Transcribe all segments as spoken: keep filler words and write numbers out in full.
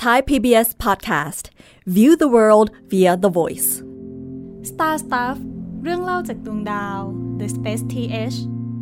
Thai พี บี เอส Podcast View the world via the voice Star Stuff เรื่องเล่าจากดวงดาว The Space ที เอช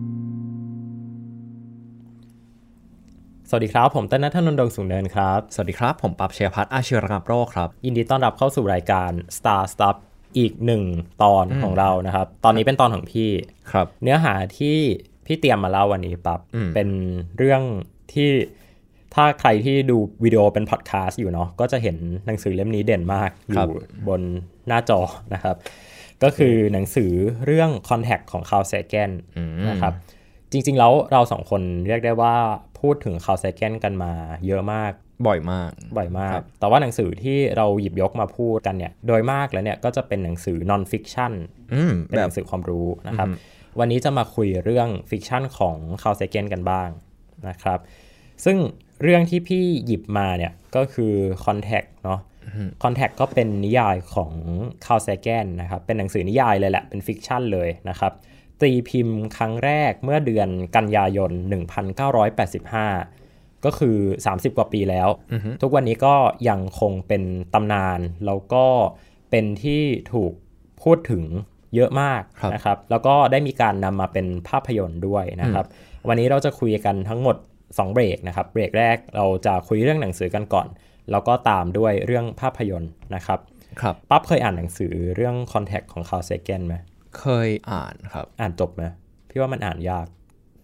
สวัสดีครับผมต้นณัฐนนท์ ดวงสูงเนินครับสวัสดีครับผมปั๊บเชียรพัฒน์อาชีวรักษ์โรคครับยินดีต้อนรับเข้าสู่รายการ Star Stuff อีกหนึ่งตอนของเรานะครับตอนนี้เป็นตอนของพี่ครับเนื้อหาที่พี่เตรียมมาเล่าวันนี้ปั๊บเป็นเรื่องที่ถ้าใครที่ดูวิดีโอเป็นพอดแคสต์อยู่เนาะก็จะเห็นหนังสือเล่มนี้เด่นมากอยู่บนหน้าจอนะครับก็คือหนังสือเรื่อง Contact ของ Carl Sagan นะครับจริงๆแล้วเราสองคนเรียกได้ว่าพูดถึง Carl Sagan กันมาเยอะมากบ่อยมากบ่อยมากแต่ว่าหนังสือที่เราหยิบยกมาพูดกันเนี่ยโดยมากแล้วเนี่ยก็จะเป็นหนังสือ non fiction เป็นหนังสือความรู้นะครับวันนี้จะมาคุยเรื่องฟิกชันของ Carl Sagan กันบ้างนะครับซึ่งเรื่องที่พี่หยิบมาเนี่ยก็คือ Contact เนาะ Contact ก็เป็นนิยายของ Carl Sagan นะครับเป็นหนังสือนิยายเลยแหละเป็นฟิกชันเลยนะครับตีพิมพ์ครั้งแรกเมื่อเดือนกันยายนหนึ่งพันเก้าร้อยแปดสิบห้าก็คือสามสิบกว่าปีแล้ว uh-huh. ทุกวันนี้ก็ยังคงเป็นตำนานแล้วก็เป็นที่ถูกพูดถึงเยอะมากนะครับแล้วก็ได้มีการนำมาเป็นภาพยนตร์ด้วยนะครับ uh-huh. วันนี้เราจะคุยกันทั้งหมดสองเบรกนะครับเบรกแรกเราจะคุยเรื่องหนังสือกันก่อนแล้วก็ตามด้วยเรื่องภาพยนตร์นะครับครับปั๊บเคยอ่านหนังสือเรื่อง Contact ของ Carl Sagan ไหมเคยอ่านครับอ่านจบไหมพี่ว่ามันอ่านยาก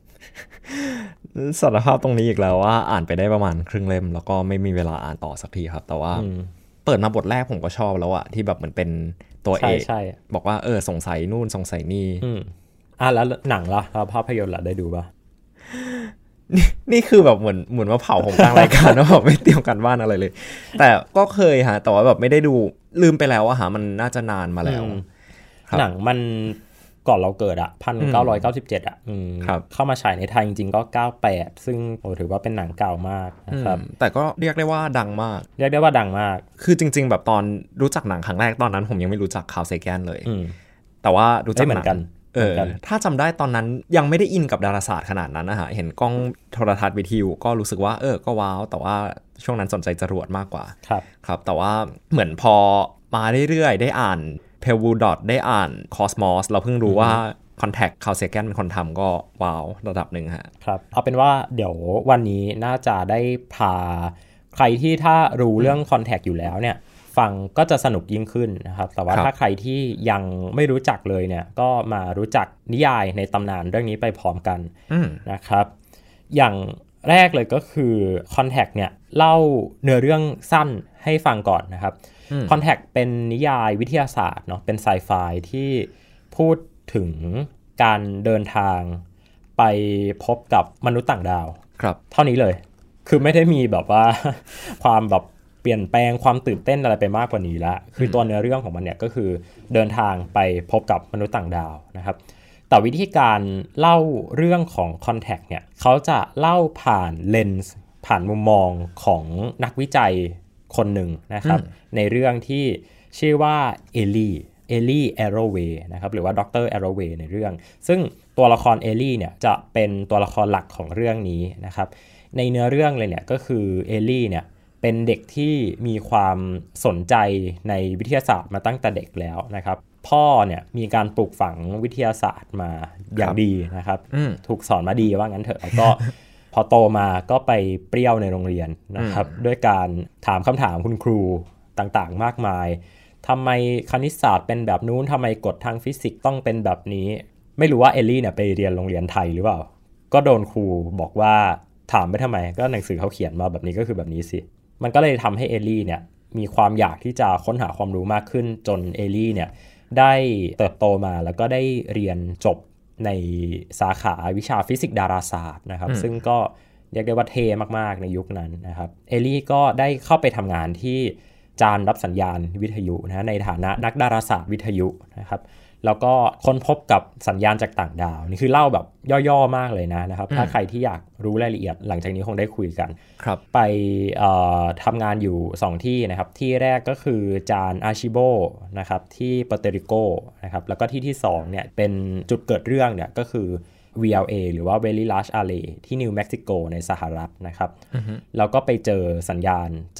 สารภาพตรงนี้อีกแล้วว่าอ่านไปได้ประมาณครึ่งเล่มแล้วก็ไม่มีเวลาอ่านต่อสักทีครับแต่ว่าเปิดมาบทแรกผมก็ชอบแล้วอะที่แบบเหมือนเป็นตัวเอกบอกว่าเออสงสัยนู่นสงสัยนี่อ่ะแล้วหนังล่ะแล้วภาพยนตร์ล่ะได้ดูป่ะนี่นี่คือแบบเหมือนเหมือนมาเผาผมกลางรายการว่าแบบไม่เตรียมกันบ้านอะไรเลยแต่ก็เคยฮะแต่ว่าแบบไม่ได้ดูลืมไปแล้วอะฮะมันน่าจะนานมาแล้วหนังมันก่อนเราเกิดอ่ะหนึ่งพันเก้าร้อยเก้าสิบเจ็ดอ่ะเข้ามาฉายในไทยจริงๆก็เก้าสิบแปดซึ่งโอ้ถือว่าเป็นหนังเก่ามากนะครับแต่ก็เรียกได้ว่าดังมากเรียกได้ว่าดังมากคือจริงๆแบบตอนรู้จักหนังครั้งแรกตอนนั้นผมยังไม่รู้จัก Carl Sagan เลยแต่ว่ารู้จักเหมือนกันเออถ้าจำได้ตอนนั้นยังไม่ได้อินกับดาราศาสตร์ขนาดนั้นนะฮะเห็นกล้องโทรทัศน์วิทยุก็รู้สึกว่าเออก็ว้าวแต่ว่าช่วงนั้นสนใจจรวดมากกว่าครับครับแต่ว่าเหมือนพอมาเรื่อยๆได้อ่านเพลวูดอทได้อ่าน Cosmos เราเพิ่งรู้ว่า Contact Carl Sagan เป็นคนทำก็ว้าวระดับหนึ่งฮะครับเอาเป็นว่าเดี๋ยววันนี้น่าจะได้พาใครที่ถ้ารู้เรื่อง Contact อยู่แล้วเนี่ยฟังก็จะสนุกยิ่งขึ้นนะครับแต่ว่าถ้าใครที่ยังไม่รู้จักเลยเนี่ยก็มารู้จักนิยายในตำนานเรื่องนี้ไปพร้อมกันนะครับอย่างแรกเลยก็คือ Contact เนี่ยเล่าเนื้อเรื่องสั้นให้ฟังก่อนนะครับ Contact เป็นนิยายวิทยาศาสตร์เนาะเป็นไซไฟที่พูดถึงการเดินทางไปพบกับมนุษย์ต่างดาวครับเท่านี้เลยคือไม่ได้มีแบบว่า ความแบบเปลี่ยนแปลงความตื่นเต้นอะไรไปมากกว่านี้ละคือตัวเนื้อเรื่องของมันเนี่ยก็คือเดินทางไปพบกับมนุษย์ต่างดาวนะครับแต่วิธีการเล่าเรื่องของ Contact เนี่ยเขาจะเล่าผ่านเลนส์ผ่านมุมมองของนักวิจัยคนหนึ่งนะครับในเรื่องที่ชื่อว่าเอลี่เอลี่แอโรเวย์นะครับหรือว่าดรแอโรเวย์ในเรื่องซึ่งตัวละครเอลี่เนี่ยจะเป็นตัวละครหลักของเรื่องนี้นะครับในเนื้อเรื่องเลยเนี่ยก็คือเอลี่เนี่ยเป็นเด็กที่มีความสนใจในวิทยาศาสตร์มาตั้งแต่เด็กแล้วนะครับพ่อเนี่ยมีการปลูกฝังวิทยาศาสตร์มาอย่างดีนะครับถูกสอนมาดีว่างั้นเถอะแล้วก็ พอโตมาก็ไปเปรี้ยวในโรงเรียนนะครับด้วยการถามคำถามคุณครูต่างๆมากมายทำไมคณิตศาสตร์เป็นแบบนู้นทำไมกฎทางฟิสิกส์ต้องเป็นแบบนี้ไม่รู้ว่าเอลลี่เนี่ยไปเรียนโรงเรียนไทยหรือเปล่าก็โดนครูบอกว่าถามไปทำไมก็หนังสือเขาเขียนมาแบบนี้ก็คือแบบนี้สิมันก็เลยทำให้เอลลี่เนี่ยมีความอยากที่จะค้นหาความรู้มากขึ้นจนเอลลี่เนี่ยได้เติบโตมาแล้วก็ได้เรียนจบในสาขาวิชาฟิสิกส์ดาราศาสตร์นะครับซึ่งก็เรียกได้ว่าเท่มากๆในยุคนั้นนะครับเอลลี่ก็ได้เข้าไปทำงานที่จานรับสัญญาณวิทยุนะในฐานะนักดาราศาสตร์วิทยุนะครับแล้วก็ค้นพบกับสัญญาณจากต่างดาวนี่คือเล่าแบบย่อๆมากเลยนะนะครับถ้าใครที่อยากรู้รายละเอียดหลังจากนี้คงได้คุยกันไปทำงานอยู่สองที่นะครับที่แรกก็คือจานอาชิโบนะครับที่เปอร์โตริโกนะครับแล้วก็ที่ที่สองเนี่ยเป็นจุดเกิดเรื่องเนี่ยก็คือ วี แอล เอ หรือว่า Very Large Array ที่นิวเม็กซิโกในสหรัฐนะครับแล้วก็ไปเจอสัญญาณจาก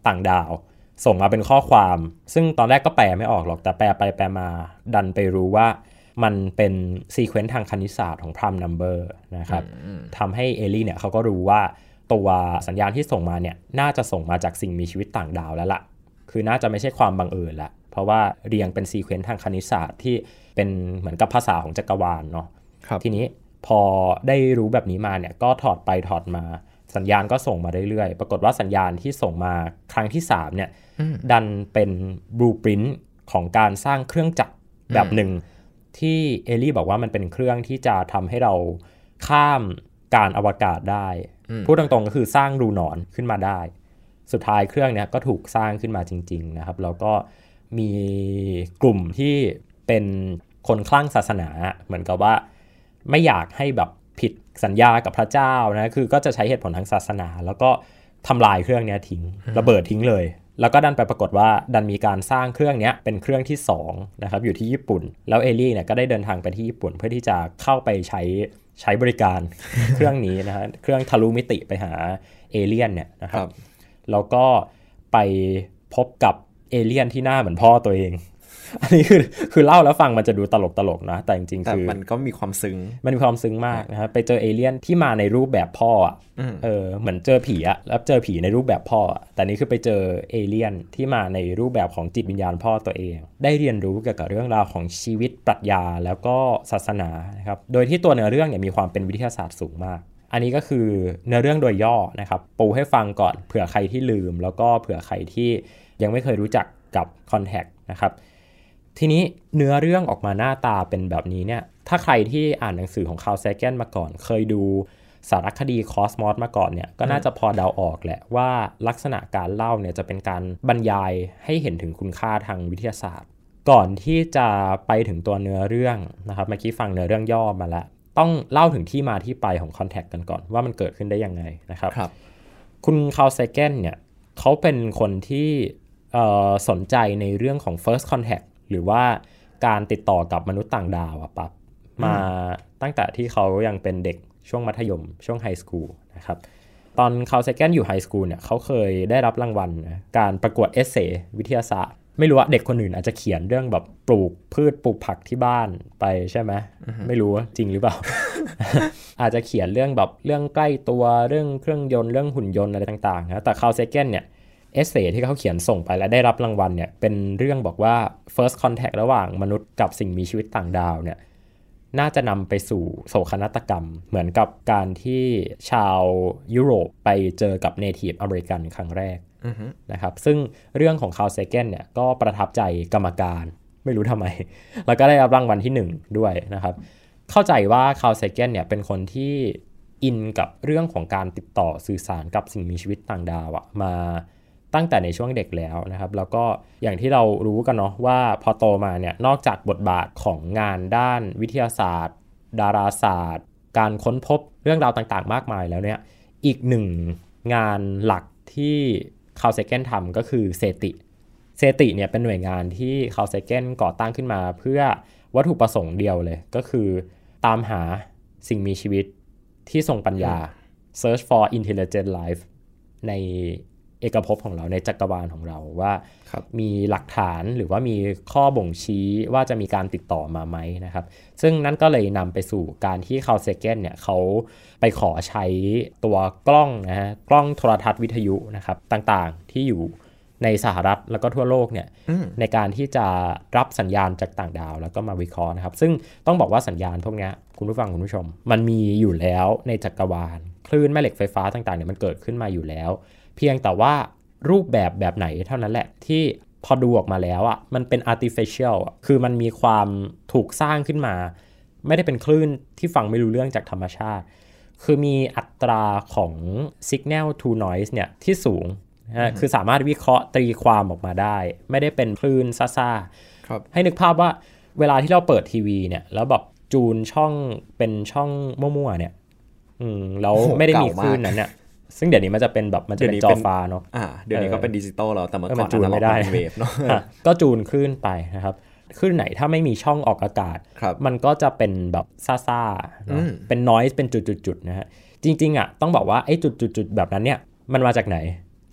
ต่างดาวส่งมาเป็นข้อความซึ่งตอนแรกก็แปลไม่ออกหรอกแต่แปลไปแปลมาดันไปรู้ว่ามันเป็นซีเควนซ์ทางคณิตศาสตร์ของ prime number นะครับทำให้เอลี่เนี่ยเขาก็รู้ว่าตัวสัญญาณที่ส่งมาเนี่ยน่าจะส่งมาจากสิ่งมีชีวิตต่างดาวแล้วล่ะคือน่าจะไม่ใช่ความบังเอิญละเพราะว่าเรียงเป็นซีเควนซ์ทางคณิตศาสตร์ที่เป็นเหมือนกับภาษาของจักรวาลเนาะทีนี้พอได้รู้แบบนี้มาเนี่ยก็ถอดไปถอดมาสัญญาณก็ส่งมาเรื่อยๆปรากฏว่าสัญญาณที่ส่งมาครั้งที่สามเนี่ยดันเป็นบลูพรินท์ของการสร้างเครื่องจักรแบบหนึ่งที่เอลี่บอกว่ามันเป็นเครื่องที่จะทำให้เราข้ามการอวกาศได้พูดตรงๆก็คือสร้างรูหนอนขึ้นมาได้สุดท้ายเครื่องนี้ก็ถูกสร้างขึ้นมาจริงๆนะครับแล้วก็มีกลุ่มที่เป็นคนคลั่งศาสนาเหมือนกับว่าไม่อยากให้แบบผิดสัญญากับพระเจ้านะคือก็จะใช้เหตุผลทางศาสนาแล้วก็ทำลายเครื่องนี้ทิ้งระเบิดทิ้งเลยแล้วก็ดันไปปรากฏว่าดันมีการสร้างเครื่องนี้เป็นเครื่องที่สองนะครับอยู่ที่ญี่ปุ่นแล้วเอลี่เนี่ยก็ได้เดินทางไปที่ญี่ปุ่นเพื่อที่จะเข้าไปใช้ใช้บริการ เครื่องนี้นะฮะเครื่องทะลุมิติไปหาเอเลี่ยนเนี่ยนะครับแล้วก็ไปพบกับเอเลี่ยนที่หน้าเหมือนพ่อตัวเองอันนี้คือคือเล่าแล้วฟังมันจะดูตลกตลกนะแต่จริงๆคือมันก็มีความซึ้งมันมีความซึ้งมากนะครับไปเจอเอเลี่ยนที่มาในรูปแบบพ่ออ่ะเออเหมือนเจอผีอ่ะแล้วเจอผีในรูปแบบพ่อแต่นี่คือไปเจอเอเลี่ยนที่มาในรูปแบบของจิตวิญญาณพ่อตัวเองได้เรียนรู้เกี่ยวกับเรื่องราวของชีวิตปรัชญาแล้วก็ศาสนานะครับโดยที่ตัวเนื้อเรื่องเนี่ยมีความเป็นวิทยาศาสตร์สูงมากอันนี้ก็คือเนื้อเรื่องโดยย่อนะครับปูให้ฟังก่อนเผื่อใครที่ลืมแล้วก็เผื่อใครที่ยังไม่เคยรู้จักกับ Contact นะครับทีนี้เนื้อเรื่องออกมาหน้าตาเป็นแบบนี้เนี่ยถ้าใครที่อ่านหนังสือของคาร์ล แซแกนมาก่อนเคยดูสารคดีคอสมอสมาก่อนเนี่ยก็น่าจะพอเดาออกแหละว่าลักษณะการเล่าเนี่ยจะเป็นการบรรยายให้เห็นถึงคุณค่าทางวิทยาศาสตร์ก่อนที่จะไปถึงตัวเนื้อเรื่องนะครับเมื่อกี้ฟังเนื้อเรื่องย่อมาแล้วต้องเล่าถึงที่มาที่ไปของ Contact กันก่อนว่ามันเกิดขึ้นได้ยังไงนะครับครับคุณคาร์ล แซแกนเนี่ยเขาเป็นคนที่สนใจในเรื่องของ first contact หรือว่าการติดต่อกับมนุษย์ต่างดาวอะปั๊บมาตั้งแต่ที่เขายังเป็นเด็กช่วงมัธยมช่วงไฮสคูลนะครับตอนคาร์ล แซแกนอยู่ไฮสคูลเนี่ยเขาเคยได้รับรางวัลนะการประกวดเอสเซย์วิทยาศาสตร์ไม่รู้ว่าเด็กคนอื่นอาจจะเขียนเรื่องแบบปลูกพืชปลูกผักที่บ้านไปใช่ไหม uh-huh. ไม่รู้จริงหรือเปล่า อาจจะเขียนเรื่องแบบเรื่องใกล้ตัวเรื่องเครื่องยนต์เรื่องหุ่นยนต์อะไรต่างๆนะแต่คาร์ล แซแกนเนี่ยเอสเซย์ที่เขาเขียนส่งไปและได้รับรางวัลเนี่ยเป็นเรื่องบอกว่า first contact ระหว่างมนุษย์กับสิ่งมีชีวิตต่างดาวเนี่ยน่าจะนำไปสู่โศกนาฏกรรมเหมือนกับการที่ชาวยุโรปไปเจอกับ Native American ครั้งแรก uh-huh. นะครับซึ่งเรื่องของคาร์ล แซแกนเนี่ยก็ประทับใจกรรมการไม่รู้ทำไมแล้วก็ได้รับรางวัลที่หนึ่งด้วยนะครับเข้าใจว่าคาร์ล แซแกนเนี่ยเป็นคนที่อินกับเรื่องของการติดต่อสื่อสารกับสิ่งมีชีวิตต่างดาวอะมาตั้งแต่ในช่วงเด็กแล้วนะครับแล้วก็อย่างที่เรารู้กันเนาะว่าพอโตมาเนี่ยนอกจากบทบาทของงานด้านวิทยาศาสตร์ดาราศาสตร์การค้นพบเรื่องราวต่างๆมากมายแล้วเนี่ยอีกหนึ่งงานหลักที่คาร์ล แซแกนทำก็คือเซติเซติเนี่ยเป็นหน่วยงานที่คาร์ล แซแกนก่อตั้งขึ้นมาเพื่อวัตถุประสงค์เดียวเลยก็คือตามหาสิ่งมีชีวิตที่ทรงปัญญา search for intelligent life ในเอกภพของเราในจักรวาลของเราว่ามีหลักฐานหรือว่ามีข้อบ่งชี้ว่าจะมีการติดต่อมาไหมนะครับซึ่งนั่นก็เลยนำไปสู่การที่คาร์ล แซแกนเนี่ยเขาไปขอใช้ตัวกล้องนะฮะกล้องโทรทัศน์วิทยุนะครับต่างๆที่อยู่ในสหรัฐแล้วก็ทั่วโลกเนี่ยในการที่จะรับสัญญาณจากต่างดาวแล้วก็มาวิเคราะห์นะครับซึ่งต้องบอกว่าสัญญาณพวกนี้คุณผู้ฟังคุณผู้ชมมันมีอยู่แล้วในจักรวาลคลื่นแม่เหล็กไฟฟ้าต่างๆเนี่ยมันเกิดขึ้นมาอยู่แล้วเพียงแต่ว่ารูปแบบแบบไหนเท่านั้นแหละที่พอดูออกมาแล้วอ่ะมันเป็น artificial อ่ะคือมันมีความถูกสร้างขึ้นมาไม่ได้เป็นคลื่นที่ฟังไม่รู้เรื่องจากธรรมชาติคือมีอัตราของ signal to noise เนี่ยที่สูงนะคือสามารถวิเคราะห์ตีความออกมาได้ไม่ได้เป็นคลื่นซ่าๆให้นึกภาพว่าเวลาที่เราเปิดทีวีเนี่ยแล้วแบบจูนช่องเป็นช่องมั่วๆเนี่ยอืมแล้วไม่ได้มีคลื่นนั้นเนี่ยซึ่งเดี๋ยวนี้มันจะเป็นแบบมันจะเป็นจอฟ้าเนาะอ่าเดี๋ยวนี้ก็เป็นดิจิตอลแล้วแต่เมื่อก่อนจูนไม่ได้เวฟเนาะก็จูนคลื่นไปนะครับคลื่นไหนถ้าไม่มีช่องออกอากาศมันก็จะเป็นแบบซ่าๆเนาะเป็น noise เป็นจุดๆๆนะฮะจริงๆอ่ะต้องบอกว่าไอ้จุดๆๆแบบนั้นเนี่ยมันมาจากไหนท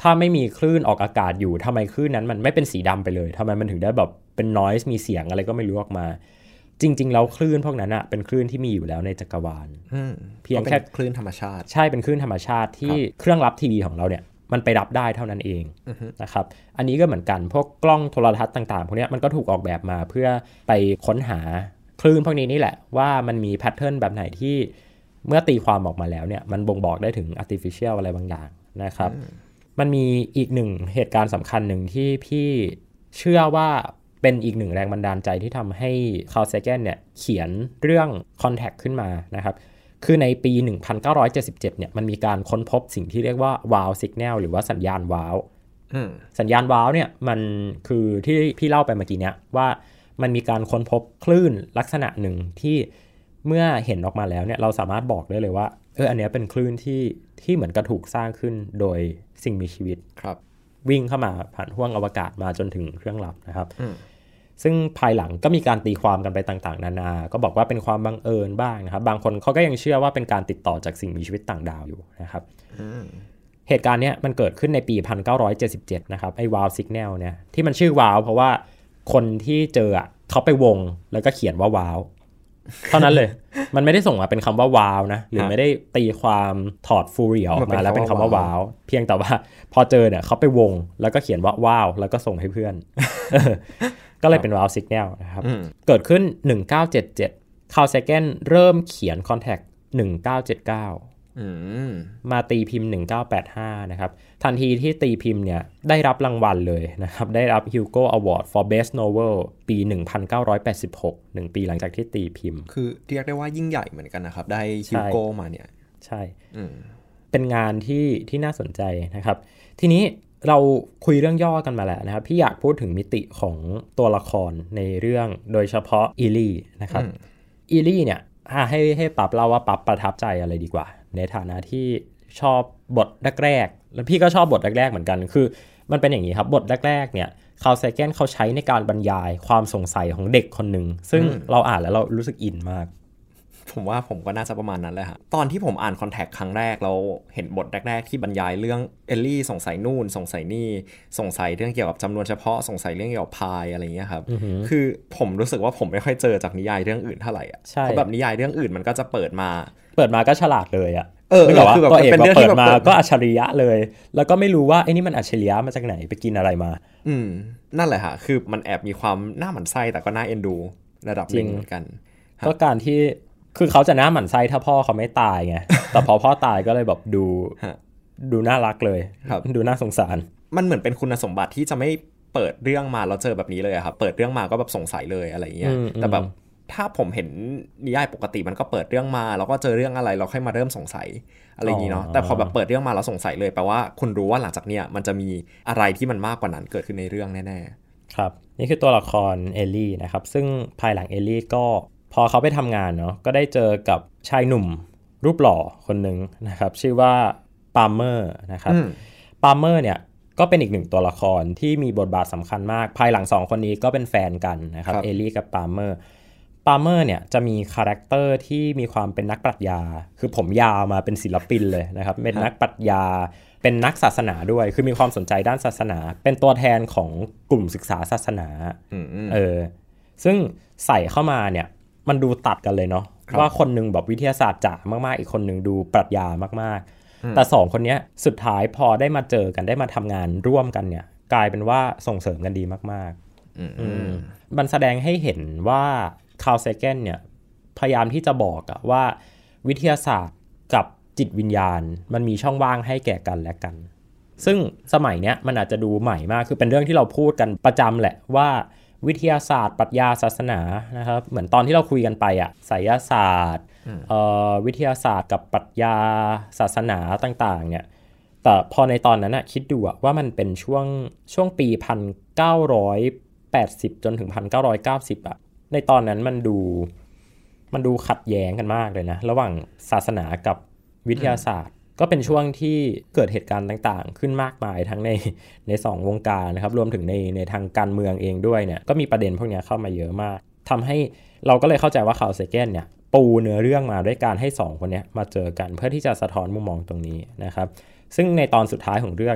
ถ้าไม่มีคลื่นออกอากาศอยู่ทำไมคลื่นนั้นมันไม่เป็นสีดำไปเลยทำไมมันถึงได้แบบเป็น noise มีเสียงอะไรก็ไม่รู้ออกมาจริงๆแล้วคลื่นพวกนั้นอะเป็นคลื่นที่มีอยู่แล้วในจักรวาลเพียงแค่คลื่นธรรมชาติใช่เป็นคลื่นธรรมชาติที่เครื่องรับทีวีของเราเนี่ยมันไปรับได้เท่านั้นเองนะครับอันนี้ก็เหมือนกันพวกกล้องโทรทัศน์ต่างๆพวกนี้มันก็ถูกออกแบบมาเพื่อไปค้นหาคลื่นพวกนี้นี่แหละว่ามันมีแพทเทิร์นแบบไหนที่เมื่อตีความออกมาแล้วเนี่ยมันบ่งบอกได้ถึง artificial อะไรบางอย่างนะครับมันมีอีกหนึ่งเหตุการณ์สำคัญหนึ่งที่พี่เชื่อว่าเป็นอีกหนึ่งแรงบันดาลใจที่ทำให้คาร์ล เซแกนเนี่ยเขียนเรื่อง Contact ขึ้นมานะครับคือในปีหนึ่งพันเก้าร้อยเจ็ดสิบเจ็ดเนี่ยมันมีการค้นพบสิ่งที่เรียกว่า wow signal หรือว่าสัญญาณว้าวสัญญาณว้าวเนี่ยมันคือที่พี่เล่าไปเมื่อกี้เนี้ยว่ามันมีการค้นพบคลื่นลักษณะหนึ่งที่เมื่อเห็นออกมาแล้วเนี่ยเราสามารถบอกได้เลยว่าเอออันนี้เป็นคลื่นที่ที่เหมือนกระถูกสร้างขึ้นโดยสิ่งมีชีวิตครับวิ่งเข้ามาผ่านห้วงอวกาศมาจนถึงเครื่องลับนะครับซึ่งภายหลังก็มีการตีความกันไปต่างๆนานาก็บอกว่าเป็นความบังเอิญบ้างนะครับบางคนเขาก็ยังเชื่อว่าเป็นการติดต่อจากสิ่งมีชีวิตต่างดาวอยู่นะครับเหตุการณ์นี้มันเกิดขึ้นในปีหนึ่งพันเก้าร้อยเจ็ดสิบเจ็ดนะครับไอ้ wow signal เนี่ยที่มันชื่อ wow เพราะว่าคนที่เจออ่ะเขาไปวงแล้วก็เขียนว่า wow เท่านั้นเลยมันไม่ได้ส่งมาเป็นคำว่า wow นะหรือไม่ได้ตีความถอดฟูเรียออกมาแล้วเป็นคำว่า wow เพียงแต่ว่าพอเจอเนี่ยเขาไปวงแล้วก็เขียนว่า wow แล้วก็ส่งให้เพื่อนก็เลยเป็น wow signal นะครับเกิดขึ้นหนึ่งพันเก้าร้อยเจ็ดสิบเจ็ดคาร์ล เซแกนเริ่มเขียน Contact หนึ่งพันเก้าร้อยเจ็ดสิบเก้ามาตีพิมพ์หนึ่งพันเก้าร้อยแปดสิบห้านะครับทันทีที่ตีพิมพ์เนี่ยได้รับรางวัลเลยนะครับได้รับ Hugo Award for Best Novel ปีหนึ่งพันเก้าร้อยแปดสิบหกหนึ่งปีหลังจากที่ตีพิมพ์คือเรียกได้ว่ายิ่งใหญ่เหมือนกันนะครับได้ Hugo มาเนี่ยใช่เป็นงานที่ที่น่าสนใจนะครับทีนี้เราคุยเรื่องย่อกันมาแล้วนะครับพี่อยากพูดถึงมิติของตัวละครในเรื่องโดยเฉพาะอีลี่นะครับอีลี่เนี่ยให้ให้ปั๊บเล่าว่าปั๊บประทับใจอะไรดีกว่าในฐานะที่ชอบบทแรกๆแล้วพี่ก็ชอบบทแรกๆเหมือนกันคือมันเป็นอย่างนี้ครับบทแรกๆเนี่ยคาร์ล เซแกนเขาใช้ในการบรรยายความสงสัยของเด็กคนหนึ่งซึ่งเราอ่านแล้วเรารู้สึกอินมากผมว่าผมก็น่าจะประมาณนั้นแหละฮะตอนที่ผมอ่าน Contact ครั้งแรกเราเห็นบทแรกๆที่บรรยายเรื่องเอลลี่สงสัยนู่นสงสัยนี่สงสัยเรื่องเกี่ยวกับจำนวนเฉพาะสงสัยเรื่องเกี่ยวกับพายอะไรเงี้ยครับ uh-huh. คือผมรู้สึกว่าผมไม่ค่อยเจอจากนิยายเรื่องอื่นเท่าไหร่อ่ะเพราะแบบนิยายเรื่องอื่นมันก็จะเปิดมาเปิดมาก็ฉลาดเลยอ่ะเออคือแบบตัวเอกก็เปิดมาก็อัจฉริยะเลยแล้วก็ไม่รู้ว่าไอ้นี่มันอัจฉริยะมาจากไหนไปกินอะไรมาอืมนั่นแหละฮะคือมันแอบมีความน่าหมั่นไส้แต่ก็น่าเอ็นดูระดับนึงเหมือนกันก็การที่คือเขาจะน่าหมั่นไส้ถ้าพ่อเขาไม่ตายไง แต่พอพ่อตายก็เลยแบบดูดูน่ารักเลยดูน่าสงสารมันเหมือนเป็นคุณสมบัติที่จะไม่เปิดเรื่องมาแล้วเจอแบบนี้เลยครับเปิดเรื่องมาก็แบบสงสัยเลยอะไรเงี้ยแต่แบบถ้าผมเห็นนิยายปกติมันก็เปิดเรื่องมาแล้วก็เจอเรื่องอะไรเราค่อยมาเริ่มสงสัยอะไรอย่างนี้เนาะแต่พอแบบเปิดเรื่องมาแล้วสงสัยเลยแปลว่าคุณรู้ว่าหลังจากเนี้ยมันจะมีอะไรที่มันมากกว่านั้นเกิดขึ้นในเรื่องแน่ๆครับนี่คือตัวละครเอลลี่นะครับซึ่งภายหลังเอลลี่ก็พอเขาไปทำงานเนาะก็ได้เจอกับชายหนุ่มรูปหล่อคนหนึ่งนะครับชื่อว่าปาล์เมอร์นะครับปาล์เมอร์เนี่ยก็เป็นอีกหนึ่งตัวละครที่มีบทบาทสำคัญมากภายหลังสองคนนี้ก็เป็นแฟนกันนะครับเอลลี่กับปาล์เมอร์ปาล์เมอร์เนี่ยจะมีคาแรคเตอร์ที่มีความเป็นนักปรัชญาคือผมยาวมาเป็นศิลปินเลยนะครับเป็นนักปรัชญาเป็นนักศาสนาด้วยคือมีความสนใจด้านศาสนาเป็นตัวแทนของกลุ่มศึกษาศาสนาเออซึ่งใส่เข้ามาเนี่ยมันดูตัดกันเลยเนาะว่าคนนึงแบบวิทยาศาสตร์จ๋ามากๆอีกคนนึงดูปรัชญามากๆแต่สองคนนี้สุดท้ายพอได้มาเจอกันได้มาทำงานร่วมกันเนี่ยกลายเป็นว่าส่งเสริมกันดีมากๆมันแสดงให้เห็นว่าคาร์ล เซแกนเนี่ยพยายามที่จะบอกอะว่าวิทยาศาสตร์กับจิตวิญญาณมันมีช่องว่างให้แก่กันและกันซึ่งสมัยเนี้ยมันอาจจะดูใหม่มากคือเป็นเรื่องที่เราพูดกันประจำแหละว่าวิทยาศาสตร์ปรัชญาศาสนานะครับเหมือนตอนที่เราคุยกันไปอะไสยศาสตร์วิทยาศาสตร์กับปรัชญาศาสนาต่างๆเนี่ยแต่พอในตอนนั้นอะคิดดูอะว่ามันเป็นช่วงช่วงปีหนึ่งพันเก้าร้อยแปดสิบจนถึงหนึ่งพันเก้าร้อยเก้าสิบอะในตอนนั้นมันดูมันดูขัดแย้งกันมากเลยนะระหว่างศาสนากับวิทยาศาสตร์ก็เป็นช่วงที่เกิดเหตุการณ์ต่างๆขึ้นมากมายทั้งในในสองวงการนะครับรวมถึงในในทางการเมืองเองด้วยเนี่ยก็มีประเด็นพวกนี้เข้ามาเยอะมากทำให้เราก็เลยเข้าใจว่าคาร์ล เซแกนเนี่ยปูเนื้อเรื่องมาด้วยการให้สองคนนี้มาเจอกันเพื่อที่จะสะท้อนมุมมองตรงนี้นะครับซึ่งในตอนสุดท้ายของเรื่องเนี่ย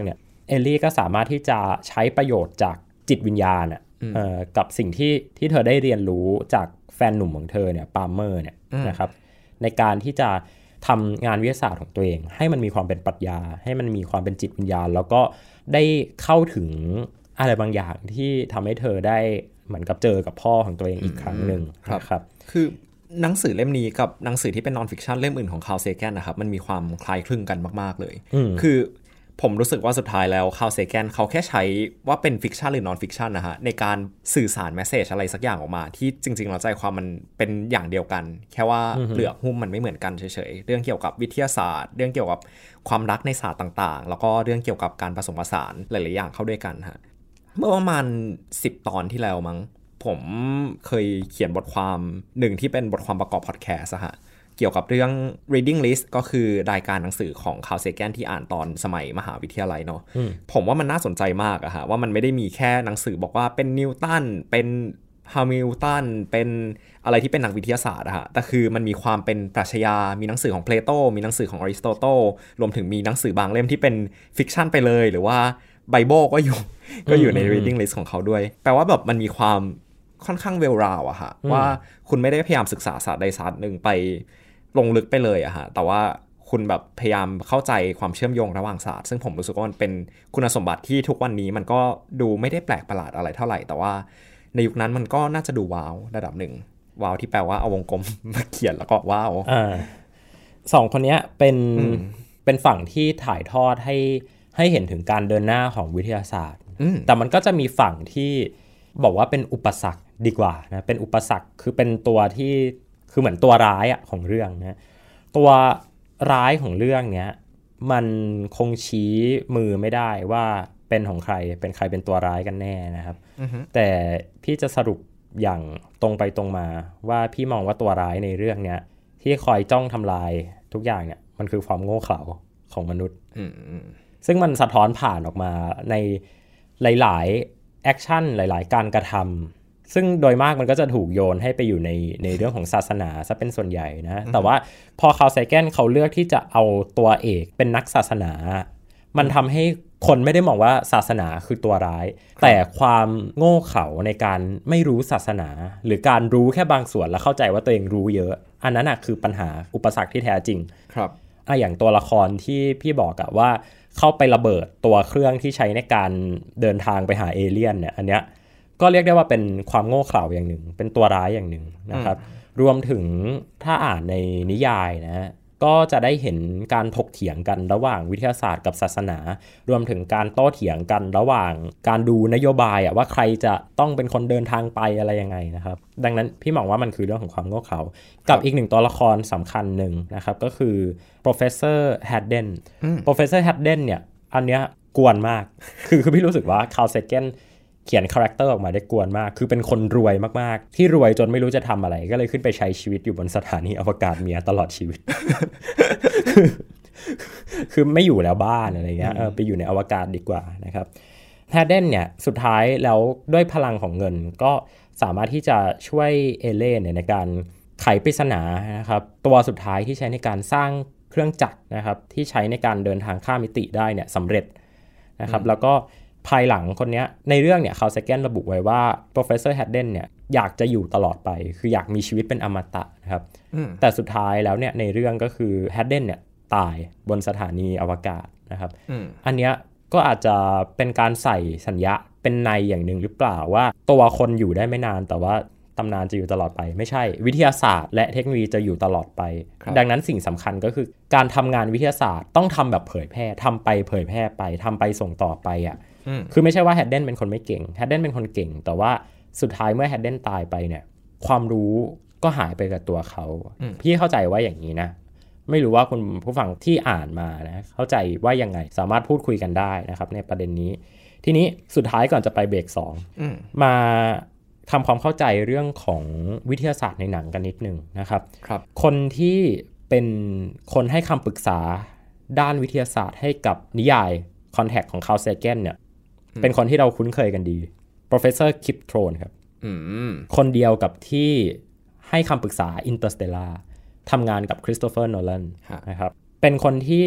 เอลลี่ก็สามารถที่จะใช้ประโยชน์จากจิตวิญญาณอ่ะเอ่อกับสิ่งที่ที่เธอได้เรียนรู้จากแฟนหนุ่มของเธอเนี่ยปาล์มเมอร์เนี่ยนะครับในการที่จะทำงานวิทยาศาสตร์ของตัวเองให้มันมีความเป็นปรัชญาให้มันมีความเป็นจิตวิญญาณแล้วก็ได้เข้าถึงอะไรบางอย่างที่ทำให้เธอได้เหมือนกับเจอกับพ่อของตัวเองอีกครั้งหนึ่งนะครับคือหนังสือเล่มนี้กับหนังสือที่เป็นนอนฟิกชันเล่มอื่นของคาร์ล เซแกนนะครับมันมีความคล้ายคลึงกันมากๆเลยคือผมรู้สึกว่าสุดท้ายแล้วคาร์ล เซแกนเขาแค่ใช้ว่าเป็นฟิกชันหรือนอนฟิกชันนะฮะในการสื่อสารแมสเสจอะไรสักอย่างออกมาที่จริงๆแล้วใจความมันเป็นอย่างเดียวกันแค่ว่าเปลือกหุ้มมันไม่เหมือนกันเฉยๆเรื่องเกี่ยวกับวิทยาศาสตร์เรื่องเกี่ยวกับความรักในศาสตร์ต่างๆแล้วก็เรื่องเกี่ยวกับการผสมผสานหลายๆอย่างเข้าด้วยกันฮะเมื่อประมาณสิบตอนที่แล้วมั้งผมเคยเขียนบทความหนึ่งที่เป็นบทความประกอบพอดแคสต์อะฮะเกี่ยวกับเรื่อง reading list ก็คือรายการหนังสือของคาร์ล เซแกนที่อ่านตอนสมัยมหาวิทยาลัยเนาะผมว่ามันน่าสนใจมากอะฮะว่ามันไม่ได้มีแค่หนังสือบอกว่าเป็นนิวตันเป็นฮามิลตันเป็นอะไรที่เป็นนักวิทยาศาสตร์อะฮะแต่คือมันมีความเป็นปรัชญามีหนังสือของเพลโตมีหนังสือของอริสโตเติลรวมถึงมีหนังสือบางเล่มที่เป็นฟิกชันไปเลยหรือว่าไบเบิลก็อยู่ก็อยู่ใน reading list ของเขาด้วยแปลว่าแบบมันมีความค่อนข้างเวลราวอะฮะว่าคุณไม่ได้พยายามศึกษาศาสตร์ใดศาสตร์หนึ่งไปลงลึกไปเลยอะฮะแต่ว่าคุณแบบพยายามเข้าใจความเชื่อมโยงระหว่างศาสตร์ซึ่งผมรู้สึกว่ามันเป็นคุณสมบัติที่ทุกวันนี้มันก็ดูไม่ได้แปลกประหลาดอะไรเท่าไหร่แต่ว่าในยุคนั้นมันก็น่าจะดูว้าวระดับหนึ่งว้าวที่แปลว่าเอาวงกลมมาเขียนแล้วก็ว้าวอ่าสองคนนี้เป็นเป็นฝั่งที่ถ่ายทอดให้ให้เห็นถึงการเดินหน้าของวิทยาศาสตร์แต่มันก็จะมีฝั่งที่บอกว่าเป็นอุปสรรคดีกว่านะเป็นอุปสรรคคือเป็นตัวที่คือเหมือนตัวร้ายอะของเรื่องนะตัวร้ายของเรื่องเนี้ยมันคงชี้มือไม่ได้ว่าเป็นของใครเป็นใครเป็นตัวร้ายกันแน่นะครับ uh-huh. แต่พี่จะสรุปอย่างตรงไปตรงมาว่าพี่มองว่าตัวร้ายในเรื่องเนี้ยที่คอยจ้องทำลายทุกอย่างเนี่ยมันคือความโง่เขลาของมนุษย์ uh-huh. ซึ่งมันสะท้อนผ่านออกมาในหลายๆแอคชั่นหลายๆการกระทำซึ่งโดยมากมันก็จะถูกโยนให้ไปอยู่ในในเรื่องของศาสนาซะเป็นส่วนใหญ่นะ แต่ว่าพอคาร์ล เซแกนเขาเลือกที่จะเอาตัวเอกเป็นนักศาสนามันทำให้คนไม่ได้มองว่าศาสนาคือตัวร้ายแต่ความโง่เขลาในการไม่รู้ศาสนาหรือการรู้แค่บางส่วนแล้วเข้าใจว่าตัวเองรู้เยอะอันนั้นนะคือปัญหาอุปสรรคที่แท้จริงครับอ่ะอย่างตัวละครที่พี่บอกอะว่าเข้าไประเบิดตัวเครื่องที่ใช้ในการเดินทางไปหาเอเลี่ยนเนี่ยอันเนี้ยก็เรียกได้ว่าเป็นความโง่เขลาอย่างหนึ่งเป็นตัวร้ายอย่างหนึ่งนะครับรวมถึงถ้าอ่านในนิยายนะก็จะได้เห็นการถกเถียงกันระหว่างวิทยาศาสตร์กับศาสนารวมถึงการโต้เถียงกันระหว่างการดูนโยบายอะว่าใครจะต้องเป็นคนเดินทางไปอะไรยังไงนะครับดังนั้นพี่มองว่ามันคือเรื่องของความโง่เขลากับอีกหนึ่งตัวละครสำคัญหนึ่งนะครับก็คือ professor Hadden professor Hadden เนี่ยอันเนี้ยกวนมากคือคือพี่รู้สึกว่าคาร์ล เซแกนเขียนคาแรคเตอร์ออกมาได้กวนมากคือเป็นคนรวยมากๆที่รวยจนไม่รู้จะทำอะไรก็เลยขึ้นไปใช้ชีวิตอยู่บนสถานีอวกาศเมียตลอดชีวิต คือ, คือไม่อยู่แล้วบ้านอะไรเงี้ยเออไปอยู่ในอวกาศดีกว่านะครับแฮดเดนเนี่ยสุดท้ายแล้วด้วยพลังของเงินก็สามารถที่จะช่วยเอเลนเนี่ยในการไขปริศนานะครับตัวสุดท้ายที่ใช้ในการสร้างเครื่องจักรนะครับที่ใช้ในการเดินทางข้ามมิติได้เนี่ยสำเร็จนะครับแล้วก็ภายหลังคนนี้ในเรื่องเนี่ยคาร์ล เซแกนระบุไว้ว่า professor Hadden เนี่ยอยากจะอยู่ตลอดไปคืออยากมีชีวิตเป็นอมตะนะครับแต่สุดท้ายแล้วเนี่ยในเรื่องก็คือ Hadden เนี่ยตายบนสถานีอวกาศนะครับอันเนี้ยก็อาจจะเป็นการใส่สัญญาเป็นในอย่างหนึ่งหรือเปล่าว่าตัวคนอยู่ได้ไม่นานแต่ว่าตำนานจะอยู่ตลอดไปไม่ใช่วิทยาศาสตร์และเทคโนโลยีจะอยู่ตลอดไปดังนั้นสิ่งสำคัญก็คือการทำงานวิทยาศาสตร์ต้องทำแบบเผยแพร่ทำไปเผยแพร่ไปทำไปส่งต่อไปอ่ะคือไม่ใช่ว่าแฮดเดนเป็นคนไม่เก่งแฮดเดนเป็นคนเก่งแต่ว่าสุดท้ายเมื่อแฮดเดนตายไปเนี่ยความรู้ก็หายไปกับตัวเขาพี่เข้าใจว่าอย่างนี้นะไม่รู้ว่าคุณผู้ฟังที่อ่านมานะเข้าใจว่ายังไงสามารถพูดคุยกันได้นะครับในประเด็นนี้ทีนี้สุดท้ายก่อนจะไปเบรกสองมาทำความเข้าใจเรื่องของวิทยาศาสตร์ในหนังกันนิดนึงนะครับครับคนที่เป็นคนให้คำปรึกษาด้านวิทยาศาสตร์ให้กับนิยายคอนแทคของคาร์ล เซแกนเนี่ยเป็นคนที่เราคุ้นเคยกันดี professor Kip Thorne ครับคนเดียวกับที่ให้คำปรึกษา Interstellar ทำงานกับคริสโตเฟอร์โนแลนนะครับเป็นคนที่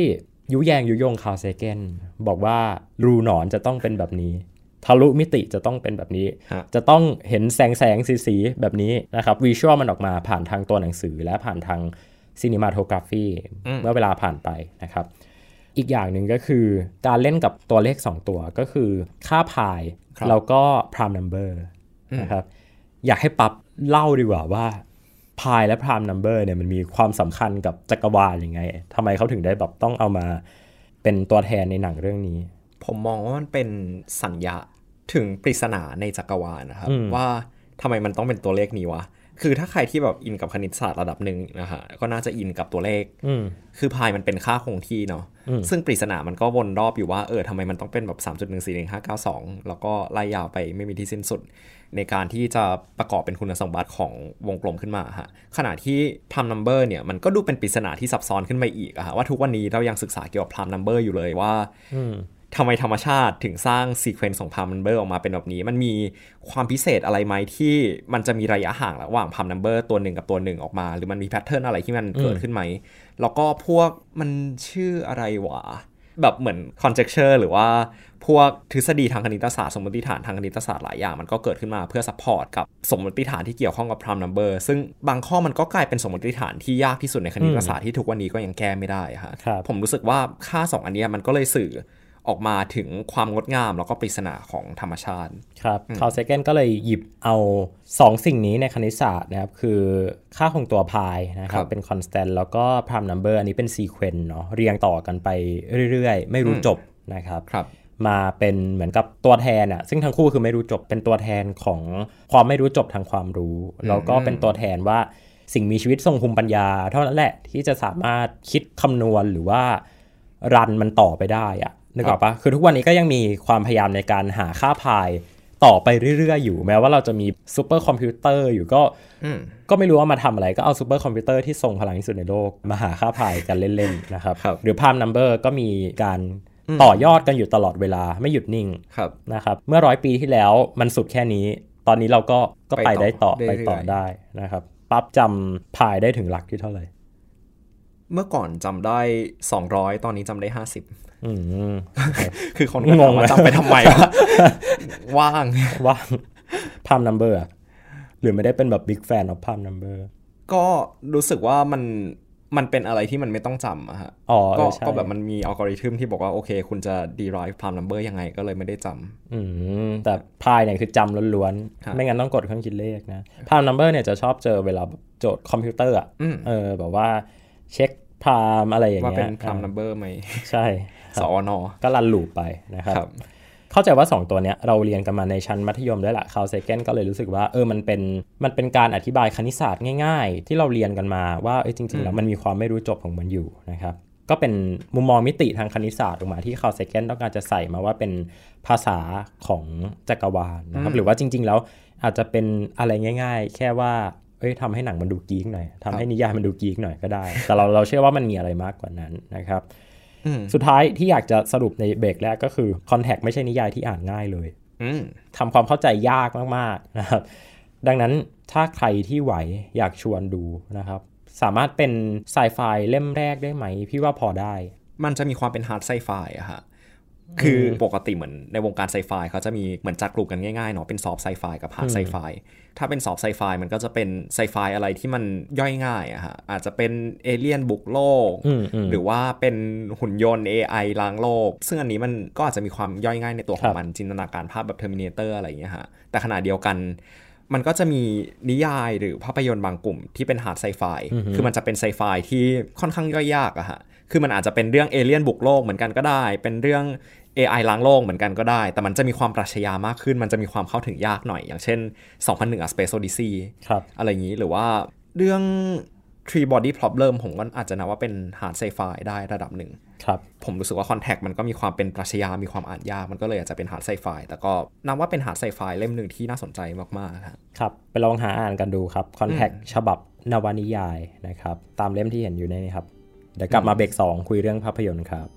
ยุแยงยุยงคาร์ล เซแกนบอกว่ารูหนอนจะต้องเป็นแบบนี้ทะลุมิติจะต้องเป็นแบบนี้จะต้องเห็นแสงแสงสีสีแบบนี้นะครับวิชวลมันออกมาผ่านทางตัวหนังสือและผ่านทางซินิมาโทกราฟีเมื่อเวลาผ่านไปนะครับอีกอย่างหนึ่งก็คือการเล่นกับตัวเลขสองตัวก็คือค่าพายแล้วก็พรามนัมเบอร์นะครับอยากให้ปั๊บเล่าดีกว่าว่าพายและพรามนัมเบอร์เนี่ยมันมีความสำคัญกับจักรวาลยังไงทำไมเขาถึงได้แบบต้องเอามาเป็นตัวแทนในหนังเรื่องนี้ผมมองว่ามันเป็นสัญญาถึงปริศนาในจักรวาลนะครับว่าทำไมมันต้องเป็นตัวเลขนี้วะคือถ้าใครที่แบบอินกับคณิตศาสตร์ระดับหนึ่งนะฮะก็น่าจะอินกับตัวเลขคือพายมันเป็นค่าคงที่เนาะซึ่งปริศนามันก็วนรอบอยู่ว่าเออทำไมมันต้องเป็นแบบ สามจุดหนึ่งสี่หนึ่งห้าเก้าสอง แล้วก็ไล่ยาวไปไม่มีที่สิ้นสุดในการที่จะประกอบเป็นคุณสมบัติของวงกลมขึ้นมาฮะขณะที่ prime number เนี่ยมันก็ดูเป็นปริศนาที่ซับซ้อนขึ้นไปอีกอะฮะว่าทุกวันนี้เรายังศึกษาเกี่ยวกับ prime number อยู่เลยว่าทำไมธรรมชาติถึงสร้างซีเควนซ์ของ prime number ออกมาเป็นแบบนี้มันมีความพิเศษอะไรไหมที่มันจะมีระยะห่างระหว่าง prime number ตัวหนึ่งกับตัวหนึ่งออกมาหรือมันมีแพทเทิร์นอะไรที่มันเกิดขึ้นไหมแล้วก็พวกมันชื่ออะไรวะแบบเหมือน conjecture หรือว่าพวกทฤษฎีทางคณิตศาสตร์สมมติฐานทางคณิตศาสตร์หลายอย่างมันก็เกิดขึ้นมาเพื่อซัพพอร์ตกับสมมติฐานที่เกี่ยวข้องกับ prime number ซึ่งบางข้อมันก็กลายเป็นสมมติฐานที่ยากที่สุดในคณิตศาสตร์ที่ทุกวันนี้ก็ยังแก้ไม่ได้ฮะผมรู้สึกว่าค่าสองอันนี้มันก็เลยสื่อออกมาถึงความงดงามแล้วก็ปริศนาของธรรมชาติครับคาร์ล เซแกนก็เลยหยิบเอาสองสิ่งนี้ในคณิตศาสตร์นะครับคือค่าคงตัวพายนะครับเป็น constant แล้วก็ prime number อันนี้เป็น sequence เนาะเรียงต่อกันไปเรื่อยๆไม่รู้จบนะครับมาเป็นเหมือนกับตัวแทนอ่ะซึ่งทั้งคู่คือไม่รู้จบเป็นตัวแทนของความไม่รู้จบทางความรู้แล้วก็เป็นตัวแทนว่าสิ่งมีชีวิตทรงภูมิปัญญาเท่านั้นแหละที่จะสามารถคิดคำนวณหรือว่ารันมันต่อไปได้อ่ะนึกออกปะคือทุกวันนี้ก็ยังมีความพยายามในการหาค่าพายต่อไปเรื่อยๆอยู่แม้ว่าเราจะมีซูเปอร์คอมพิวเตอร์อยู่ก็ก็ไม่รู้ว่ามาทำอะไรก็เอาซูเปอร์คอมพิวเตอร์ที่ทรงพลังที่สุดในโลกมาหาค่าพายกันเล่นๆนะครับหรือ prime number ก็มีการต่อยอดกันอยู่ตลอดเวลาไม่หยุดนิ่งนะครับเมื่อร้อยปีที่แล้วมันสุดแค่นี้ตอนนี้เราก็ก็ไปได้ต่อไปต่อได้นะครับปั๊บจำพายได้ถึงหลักที่เท่าไหร่เมื่อก่อนจำได้สองร้อยตอนนี้จำได้ห้าสิบอืมคือคนก็งงว่าจำไปทำไมวะ ว่างว่าง prime number อ่ะหรือไม่ได้เป็นแบบ big fan of prime number ก็รู้สึกว่ามันมันเป็นอะไรที่มันไม่ต้องจำอะฮะก็ก็แบบมันมีอัลกอริทึมที่บอกว่าโอเคคุณจะ derive prime number ยังไงก็เลยไม่ได้จำอืมแต่พายเนี่ยคือจำล้วนๆไม่งั้นต้องกดเครื่องคิดเลขนะ prime number เนี่ยจะชอบเจอเวลาโจทย์คอมพิวเตอร์อ่ะเออแบบว่าเช็คพรามอะไรอย่างเงี้ยว่าเป็น prime number ไหมใช่สอนอก็รันลูปไปนะครับเข้าใจว่าสองตัวเนี้ยเราเรียนกันมาในชั้นมัธยมด้วยแหละคาร์ล เซแกนก็เลยรู้สึกว่าเออมันเป็นมันเป็นการอธิบายคณิตศาสตร์ง่ายๆที่เราเรียนกันมาว่าเออจริงๆแล้วมันมีความไม่รู้จบของมันอยู่นะครับก็เป็นมุมมองมิติทางคณิตศาสตร์ออกมาที่คาร์ล เซแกนต้องการจะใส่มาว่าเป็นภาษาของจักรวาลนะครับหรือว่าจริงๆแล้วอาจจะเป็นอะไรง่ายๆแค่ว่าเอ้ยทำให้หนังมันดูกิ๊กหน่อยทำให้นิยายมันดูกิ๊กหน่อยก็ได้แต่เราเราเชื่อว่ามันมีอะไรมากกว่านั้นนะครับสุดท้ายที่อยากจะสรุปในเบรกแรกก็คือ Contact ไม่ใช่นิยายที่อ่านง่ายเลยทำความเข้าใจยากมากๆนะครับดังนั้นถ้าใครที่ไหวอยากชวนดูนะครับสามารถเป็นไซไฟเล่มแรกได้ไหมพี่ว่าพอได้มันจะมีความเป็นฮาร์ดไซไฟอะฮะคือปกติเหมือนในวงการไซไฟเขาจะมีเหมือนจัดกลุ่มกันง่ายๆเนาะเป็นซอฟต์ไซไฟกับฮาร์ดไซไฟถ้าเป็นซอฟต์ไซไฟมันก็จะเป็นไซไฟอะไรที่มันย่อยง่ายอะฮะอาจจะเป็นเอเลี่ยนบุกโลกหรือว่าเป็นหุ่นยนต์ เอ ไอ ล้างโลกซึ่งอันนี้มันก็อาจจะมีความย่อยง่ายในตัวของมันจินตนาการภาพแบบ Terminator อะไรอย่างเงี้ยฮะแต่ขณะเดียวกันมันก็จะมีนิยายหรือภาพยนตร์บางกลุ่มที่เป็นฮาร์ดไซไฟคือมันจะเป็นไซไฟที่ค่อนข้างย่อยยากอะฮะคือมันอาจจะเป็นเรื่องเอเลี่ยนบุกโลกเหมือนกันก็ได้เป็นเรื่อง เอ ไอ ล้างโลกเหมือนกันก็ได้แต่มันจะมีความปรัชญามากขึ้นมันจะมีความเข้าถึงยากหน่อยอย่างเช่นสองพันหนึ่ง A Space Odyssey อะไรอย่างนี้หรือว่าเรื่อง Three Body Problem ผมก็อาจจะนับว่าเป็นฮาร์ดไซไฟได้ระดับหนึ่งผมรู้สึกว่า Contact มันก็มีความเป็นปรัชญามีความอ่านยากมันก็เลยอาจจะเป็นฮาร์ดไซไฟแต่ก็นับว่าเป็นฮาร์ดไซไฟเล่มหนึ่งที่น่าสนใจมากๆครับครับไปลองหาอ่านกันดูครับ Contact ฉบับนวนิยายนะครับตามเล่มที่เห็นอยู่ในนี้ครับเดี๋ยวกลับมาเบรกสองคุยเรื่องภาพยนตร์ครับ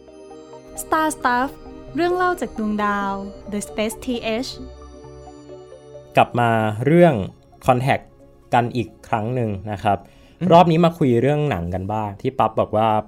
Star Stuff เรื่องเล่าจากดวงดาว The Space ที เอชกลับมาเรื่อง Contact กันอีกครั้งหนึ่งนะครับรอบนี้มาคุยเรื่องหนังกันบ้างที่ปั๊บบอกว่าปั๊บ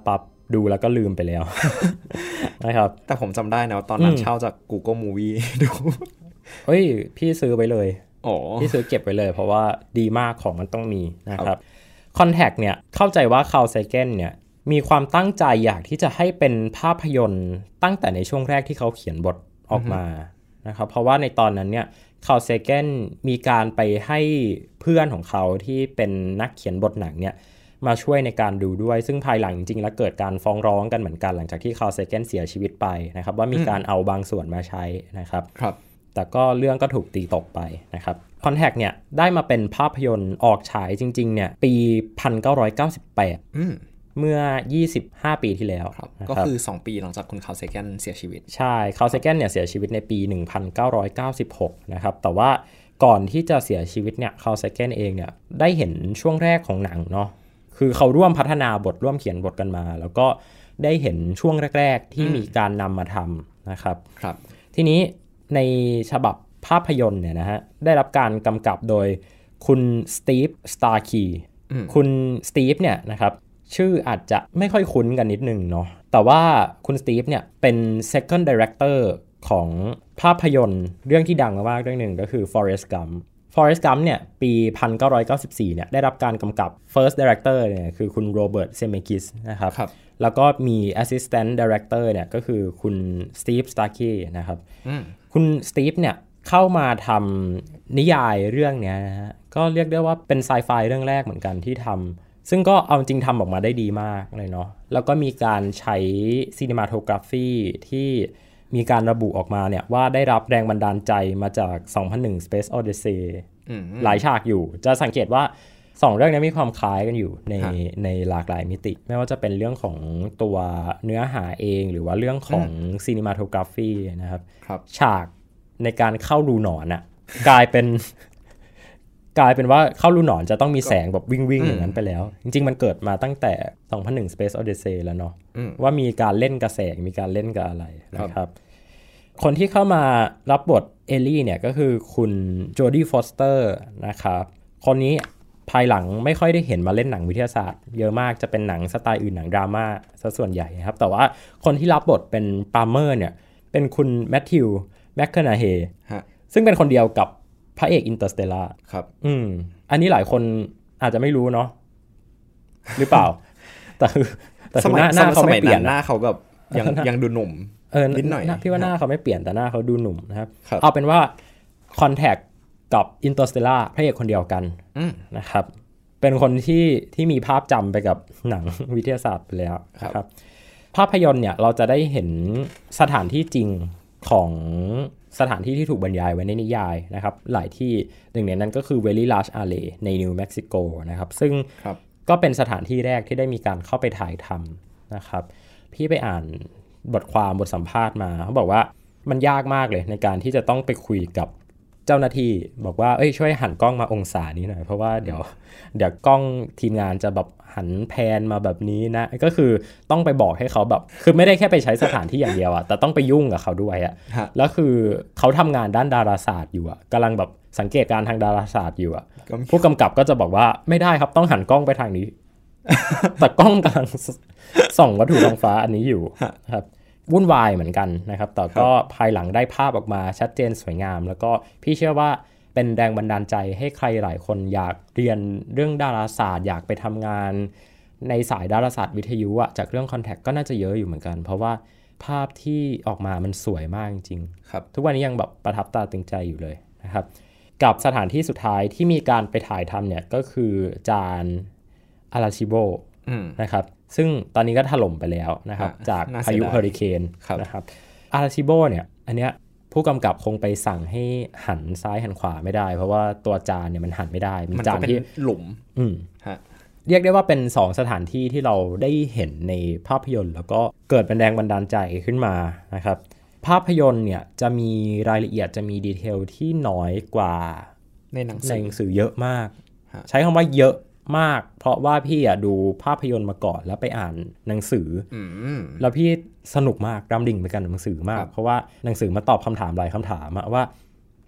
ดูแล้วก็ลืมไปแล้ว นะครับแต่ผมจำได้นะตอนนั้นเช่าจาก Google Movie ดูเฮ้ยพี่ซื้อไปเลยอ๋อพี่ซื้อเก็บไว้เลยเพราะว่าดีมากของมันต้องมีนะครับ Contact เนี่ยเข้าใจว่า Carl Sagan เนี่ยมีความตั้งใจอยากที่จะให้เป็นภาพยนตร์ตั้งแต่ในช่วงแรกที่เขาเขียนบทออกมานะครับเพราะว่าในตอนนั้นเนี่ย Carl Sagan มีการไปให้เพื่อนของเขาที่เป็นนักเขียนบทหนังเนี่ยมาช่วยในการดูด้วยซึ่งภายหลังจริงๆแล้วเกิดการฟ้องร้องกันเหมือนกันหลังจากที่ Carl Sagan เสียชีวิตไปนะครับว่ามีการเอาบางส่วนมาใช้นะครับครับแต่ก็เรื่องก็ถูกตีตกไปนะครับ Contact เนี่ยได้มาเป็นภาพยนตร์ออกฉายจริงๆเนี่ยปีหนึ่งพันเก้าร้อยเก้าสิบแปดอืมเมื่อยี่สิบห้าปีที่แล้วก็คือสองปีหลังจากคุณคาร์ล เซแกนเสียชีวิตใช่คาร์ล เซแกนเนี่ยเสียชีวิตในปีหนึ่งพันเก้าร้อยเก้าสิบหกนะครับแต่ว่าก่อนที่จะเสียชีวิตเนี่ยคาร์ล เซแกนเองเนี่ยได้เห็นช่วงแรกของหนังเนาะคือเขาร่วมพัฒนาบทร่วมเขียนบทกันมาแล้วก็ได้เห็นช่วงแรกๆที่มีการนำมาทำนะครับครับทีนี้ในฉบับภาพยนตร์เนี่ยนะฮะได้รับการกำกับโดยคุณสตีฟ สตาร์คีคุณสตีฟเนี่ยนะครับชื่ออาจจะไม่ค่อยคุ้นกันนิดนึงเนาะแต่ว่าคุณสตีฟเนี่ยเป็น second director ของภาพยนตร์เรื่องที่ดังมากๆเรื่องหนึ่งก็คือ Forrest Gump Forrest Gump เนี่ยปี หนึ่งพันเก้าร้อยเก้าสิบสี่เนี่ยได้รับการกำกับ first director เนี่ยคือคุณโรเบิร์ต เซเมกิสนะครับครับแล้วก็มี assistant director เนี่ยก็คือคุณสตีฟ สตาร์คีนะครับคุณสตีฟเนี่ยเข้ามาทำนิยายเรื่องนี้นะฮะก็เรียกได้ว่าเป็นไซไฟเรื่องแรกเหมือนกันที่ทำซึ่งก็เอาจริงทำออกมาได้ดีมากเลยเนาะแล้วก็มีการใช้ซีนิมาโทกราฟีที่มีการระบุออกมาเนี่ยว่าได้รับแรงบันดาลใจมาจากสองพันหนึ่ง Space Odyssey หลายฉากอยู่จะสังเกตว่าสองเรื่องนี้มีความคล้ายกันอยู่ในในหลากหลายมิติไม่ว่าจะเป็นเรื่องของตัวเนื้อหาเองหรือว่าเรื่องของซีนิมาโทกราฟีนะครับฉากในการเข้ารูหนอนอะกลายเป็นกลายเป็นว่าเข้ารูหนอนจะต้องมีแสงแบบวิ่งๆอย่างนั้นไปแล้วจริงๆมันเกิดมาตั้งแต่สองพันหนึ่ง Space Odyssey แล้วเนาะว่ามีการเล่นกับแสงมีการเล่นกับอะไรนะครับคนที่เข้ามารับบทเอลลี่เนี่ยก็คือคุณโจดี้ฟอสเตอร์นะครับคนนี้ภายหลังไม่ค่อยได้เห็นมาเล่นหนังวิทยาศาสตร์เยอะมากจะเป็นหนังสไตล์อื่นหนังดราม่าซะส่วนใหญ่ครับแต่ว่าคนที่รับบทเป็นปาล์เมอร์เนี่ยเป็นคุณแมทธิวแมคคอนาเฮย์ซึ่งเป็นคนเดียวกับพระเอกอินเตอร์สเตลล่าครับอืมอันนี้หลายคนอาจจะไม่รู้เนาะหรือเปล่าแต่คือแต่หน้าหน้าเขาไม่เปลี่ยนหน้าเขาแบบยังยังดูหนุ่มเออนิดหน่อยพี่ว่าหน้าเขาไม่เปลี่ยนแต่หน้าเขาดูหนุ่มนะครับเอาเป็นว่า Contact กับ Interstellar พระเอกคนเดียวกันนะครับเป็นคนที่ที่มีภาพจำไปกับหนังวิทยาศาสตร์ไปแล้วครับภาพยนตร์เนี่ยเราจะได้เห็นสถานที่จริงของสถานที่ที่ถูกบรรยายไว้ในนิยายนะครับหลายที่หนึ่งในนั้นก็คือ Very Large Array ในนิวเม็กซิโกนะครับซึ่งก็เป็นสถานที่แรกที่ได้มีการเข้าไปถ่ายทำนะครับพี่ไปอ่านบทความบทสัมภาษณ์มาเขาบอกว่ามันยากมากเลยในการที่จะต้องไปคุยกับเจ้าหน้าที่บอกว่าเอ้ยช่วยหันกล้องมาองศานี้หน่อยเพราะว่าเดี๋ยวเดี๋ยวกล้องทีมงานจะแบบหันแพนมาแบบนี้นะก็คือต้องไปบอกให้เขาแบบคือไม่ได้แค่ไปใช้สถานที่อย่างเดียวอะแต่ต้องไปยุ่งกับเขาด้วยอะแล้วคือเขาทำงานด้านดาราศาสตร์อยู่อะกำลังแบบสังเกตการทางดาราศาสตร์อยู่อะผู้กำกับก็จะบอกว่าไม่ได้ครับต้องหันกล้องไปทางนี้ แต่กล้องกำลังส่องวัตถุท้องฟ้าอันนี้อยู่ครับวุ่นวายเหมือนกันนะครับแต่ก็ภายหลังได้ภาพออกมาชัดเจนสวยงามแล้วก็พี่เชื่อว่าเป็นแรงบันดาลใจให้ใครหลายคนอยากเรียนเรื่องดาราศาสตร์อยากไปทำงานในสายดาราศาสตร์วิทยุอะจากเรื่อง Contact ก็น่าจะเยอะอยู่เหมือนกันเพราะว่าภาพที่ออกมามันสวยมากจริงๆครับทุกวันนี้ยังแบบประทับตาตึงใจอยู่เลยนะครับกับสถานที่สุดท้ายที่มีการไปถ่ายทำเนี่ยก็คือจานอาราชิโบนะครับซึ่งตอนนี้ก็ถล่มไปแล้วนะครับจากพายุเฮอริเคนนะครับอาราชิโบเนี่ยอันเนี้ยผู้กำกับคงไปสั่งให้หันซ้ายหันขวาไม่ได้เพราะว่าตัวจานเนี่ยมันหันไม่ได้มีจานที่หลุมอืมเรียกได้ว่าเป็นสองสถานที่ที่เราได้เห็นในภาพยนตร์แล้วก็เกิดเป็นแรงบันดาลใจขึ้นมานะครับภาพยนตร์เนี่ยจะมีรายละเอียดจะมีดีเทลที่น้อยกว่าในหนังสือเยอะมากใช้คำว่าเยอะมากเพราะว่าพี่อ่ะดูภาพยนตร์มาก่อนแล้วไปอ่านหนังสือแล้วพี่สนุกมากดำดิ่งไปกับหนังสือมากเพราะว่าหนังสือมาตอบคำถามหลายคำถามว่า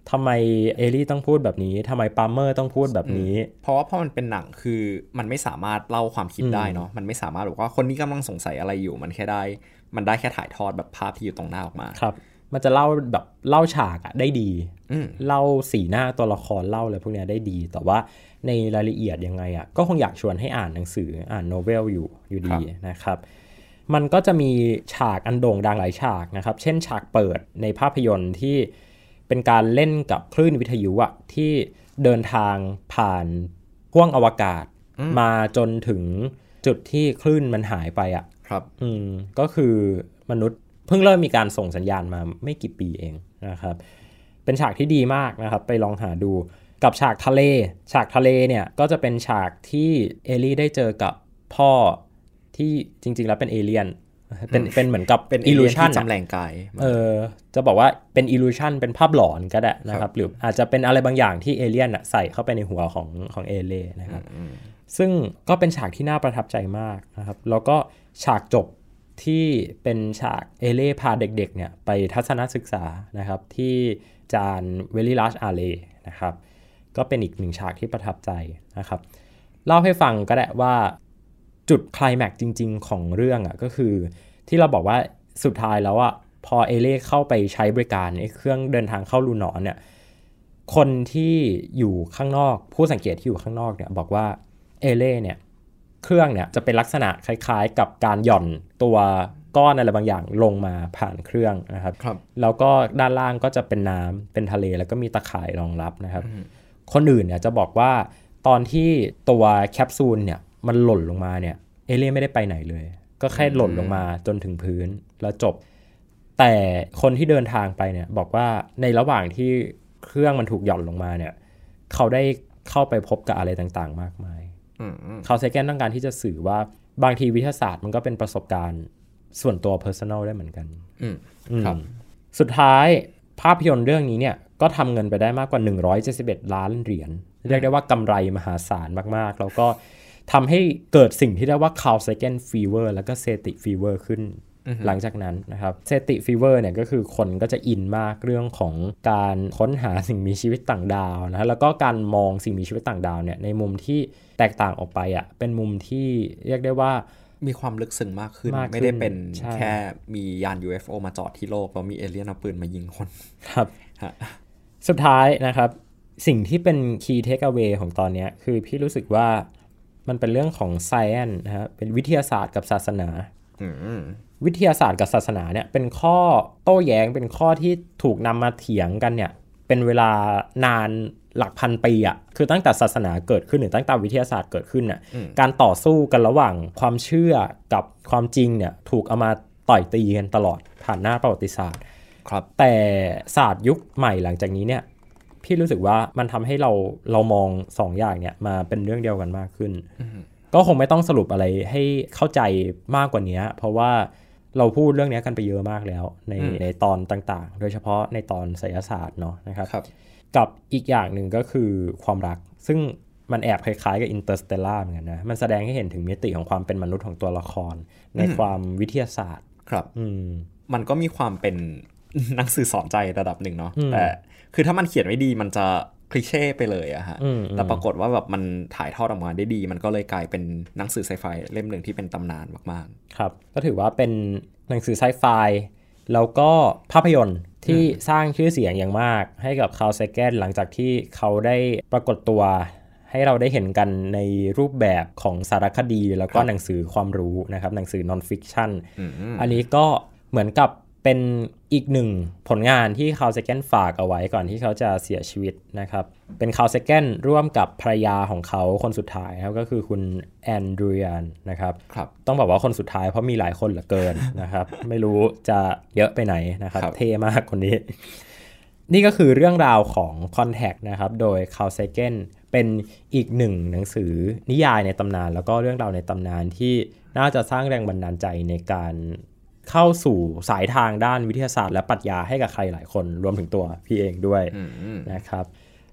ทำไมเอลี่ต้องพูดแบบนี้ทำไมปาล์มเมอร์ต้องพูดแบบนี้เพราะว่าพอมันเป็นหนังคือมันไม่สามารถเล่าความคิดได้เนาะมันไม่สามารถบอกว่าคนนี้กำลังสงสัยอะไรอยู่มันแค่ได้มันได้แค่ถ่ายทอดแบบภาพที่อยู่ตรงหน้าออกมาครับมันจะเล่าแบบเล่าฉากอะได้ดีเล่าสีหน้าตัวละครเล่าอะไรพวกนี้ได้ดีแต่ว่าในรายละเอียดยังไงอะก็คงอยากชวนให้อ่านหนังสืออ่านโนเวลอยู่อยู่ดีนะครับมันก็จะมีฉากอันโด่งดังหลายฉากนะครับเช่นฉากเปิดในภาพยนตร์ที่เป็นการเล่นกับคลื่นวิทยุอะที่เดินทางผ่านห้วงอวกาศมาจนถึงจุดที่คลื่นมันหายไปอะครับอืมก็คือมนุษย์เพิ่งเริ่มมีการส่งสัญญาณมาไม่กี่ปีเองนะครับเป็นฉากที่ดีมากนะครับไปลองหาดูกับฉากทะเลฉากทะเลเนี่ยก็จะเป็นฉากที่เอลี่ได้เจอกับพ่อที่จริงๆแล้วเป็นเอเลี่ยนเป็นเป็นเหมือนกับเป็น illusion จำแรงกายเออจะบอกว่าเป็น illusion เป็นภาพหลอนก็ได้นะครับหรืออาจจะเป็นอะไรบางอย่างที่เอเลี่ยนใส่เข้าไปในหัวของของเอเล่นะครับซึ่งก็เป็นฉากที่น่าประทับใจมากนะครับแล้วก็ฉากจบที่เป็นฉากเอเล่พาเด็กๆเนี่ยไปทัศนศึกษานะครับที่จานเวลิลัชอาเลนะครับก็เป็นอีกหนึ่งฉากที่ประทับใจนะครับเล่าให้ฟังก็ได้ว่าจุดไคลแม็กซ์จริงๆของเรื่องอ่ะก็คือที่เราบอกว่าสุดท้ายแล้วอ่ะพอเอเล่เข้าไปใช้บริการไอ้เครื่องเดินทางเข้าลูนอนเนี่ยคนที่อยู่ข้างนอกผู้สังเกตที่อยู่ข้างนอกเนี่ยบอกว่าเอเล่เนี่ยเครื่องเนี่ยจะเป็นลักษณะคล้ายๆกับการหย่อนตัวก้อนอะไรบางอย่างลงมาผ่านเครื่องนะครับครับแล้วก็ด้านล่างก็จะเป็นน้ำเป็นทะเลแล้วก็มีตะข่ายรองรับนะครับคนอื่นเนี่ยจะบอกว่าตอนที่ตัวแคปซูลเนี่ยมันหล่นลงมาเนี่ยเอเล่ไม่ได้ไปไหนเลยก็แค่หล่นลงมาจนถึงพื้นแล้วจบแต่คนที่เดินทางไปเนี่ยบอกว่าในระหว่างที่เครื่องมันถูกหย่อนลงมาเนี่ยเขาได้เข้าไปพบกับอะไรต่างๆมากมายเขาไซแกนต้องการที่จะสื่อว่าบางทีวิทยาศาสตร์มันก็เป็นประสบการณ์ส่วนตัว personal ได้เหมือนกันครับสุดท้ายภาพยนตร์เรื่องนี้เนี่ยก็ทำเงินไปได้มากกว่าหนึ่งร้อยเจ็ดสิบเอ็ดล้านเหรียญเรียกได้ว่ากำไรมหาศาลมากๆแล้วก็ทำให้เกิดสิ่งที่เรียกว่า Carl Sagan Fever แล้วก็ Seti Fever ขึ้นหลังจากนั้นนะครับ Seti Fever เนี่ยก็คือคนก็จะอินมากเรื่องของการค้นหาสิ่งมีชีวิตต่างดาวนะแล้วก็การมองสิ่งมีชีวิตต่างดาวเนี่ยในมุมที่แตกต่างออกไปอ่ะเป็นมุมที่เรียกได้ว่ามีความลึกซึ้งมากขึ้นไม่ได้เป็นแค่มียาน ยู เอฟ โอ มาจอดที่โลกแล้วมีเอเลี่ยนเอาปืนมายิงคนครับสุดท้ายนะครับสิ่งที่เป็น key takeaway ของตอนนี้คือพี่รู้สึกว่ามันเป็นเรื่องของ science นะฮะเป็นวิทยาศาสตร์กับศาสนาวิทยาศาสตร์กับศาสนาเนี่ยเป็นข้อโต้แย้งเป็นข้อที่ถูกนำมาเถียงกันเนี่ยเป็นเวลานานหลักพันปีอ่ะคือตั้งแต่ศาสนาเกิดขึ้นหรือตั้งแต่วิทยาศาสตร์เกิดขึ้นน่ะการต่อสู้กันระหว่างความเชื่อกับความจริงเนี่ยถูกเอามาต่อยตีกันตลอดผ่านหน้าประวัติศาสตร์ครับแต่ศาสตร์ยุคใหม่หลังจากนี้เนี่ยพี่รู้สึกว่ามันทำให้เราเรามองสองอย่างเนี่ยมาเป็นเรื่องเดียวกันมากขึ้นก็คงไม่ต้องสรุปอะไรให้เข้าใจมากกว่านี้เพราะว่าเราพูดเรื่องนี้กันไปเยอะมากแล้วในในตอนต่างๆโดยเฉพาะในตอนไสยศาสตร์เนาะนะครับกับอีกอย่างหนึ่งก็คือความรักซึ่งมันแอบคล้ายๆกับ Interstellar เหมือนกันนะมันแสดงให้เห็นถึงมิติของความเป็นมนุษย์ของตัวละครในความวิทยาศาสตร์ครับมันก็มีความเป็นหนังสือสอนใจระดับหนึ่งเนาะแต่คือถ้ามันเขียนไว้ดีมันจะคลีเช่ไปเลยอะฮะแต่ปรากฏว่าแบบมันถ่ายทอดออกมาได้ดีมันก็เลยกลายเป็นหนังสือไซไฟเล่มหนึ่งที่เป็นตำนานมากๆครับก็ถือว่าเป็นหนังสือไซไฟแล้วก็ภาพยนตร์ที่สร้างชื่อเสียงอย่างมากให้กับ Carl Sagan หลังจากที่เขาได้ปรากฏตัวให้เราได้เห็นกันในรูปแบบของสารคดีแล้วก็หนังสือความรู้นะครับหนังสือ non-fiction อันนี้ก็เหมือนกับเป็นอีกหนึ่งผลงานที่ Carl Sagan ฝากเอาไว้ก่อนที่เขาจะเสียชีวิตนะครับเป็น Carl Sagan ร่วมกับภรรยาของเขาคนสุดท้ายครับก็คือคุณแอนดรูยันนะครับต้องบอกว่าคนสุดท้ายเพราะมีหลายคนเหลือเกินนะครับ ไม่รู้จะเยอะไปไหนนะครับเท่มากคนนี้นี่ก็คือเรื่องราวของ Contact นะครับโดย Carl Sagan เป็นอีกหนึ่งหนังสือนิยายในตำนานแล้วก็เรื่องราวในตำนานที่น่าจะสร้างแรงบันดาลใจในการเข้าสู่สายทางด้านวิทยาศาสตร์และปรัชญาให้กับใครหลายคนรวมถึงตัวพี่เองด้วยนะครับ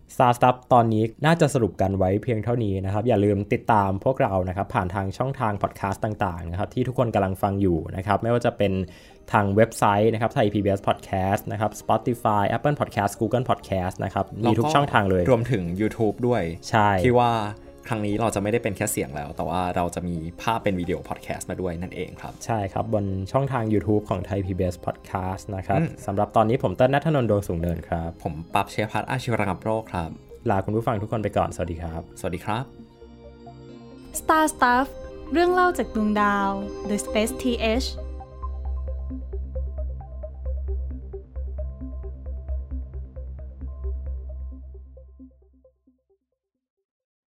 Star Stuff ตอนนี้น่าจะสรุปกันไว้เพียงเท่านี้นะครับอย่าลืมติดตามพวกเรานะครับผ่านทางช่องทางพอดแคสต์ต่างๆนะครับที่ทุกคนกำลังฟังอยู่นะครับไม่ว่าจะเป็นทางเว็บไซต์นะครับ Thai พี บี เอส Podcast นะครับ Spotify Apple Podcast Google Podcast นะครับมีทุกช่องทางเลยรวมถึง YouTube ด้วยใช่ที่ว่าครั้งนี้เราจะไม่ได้เป็นแค่เสียงแล้วแต่ว่าเราจะมีภาพเป็นวิดีโอพอดแคสต์มาด้วยนั่นเองครับใช่ครับบนช่องทาง YouTube ของ Thai พี บี เอส Podcast นะครับสำหรับตอนนี้ผมเติ้ลณัฐนนท์ ดวงสูงเนินครับผมปั๊บเชยพัฒน์อาชีวรังกับโรคครับลาคุณผู้ฟังทุกคนไปก่อนสวัสดีครับสวัสดีครับ Star Stuff เรื่องเล่าจากดวงดาว The Space ที เอช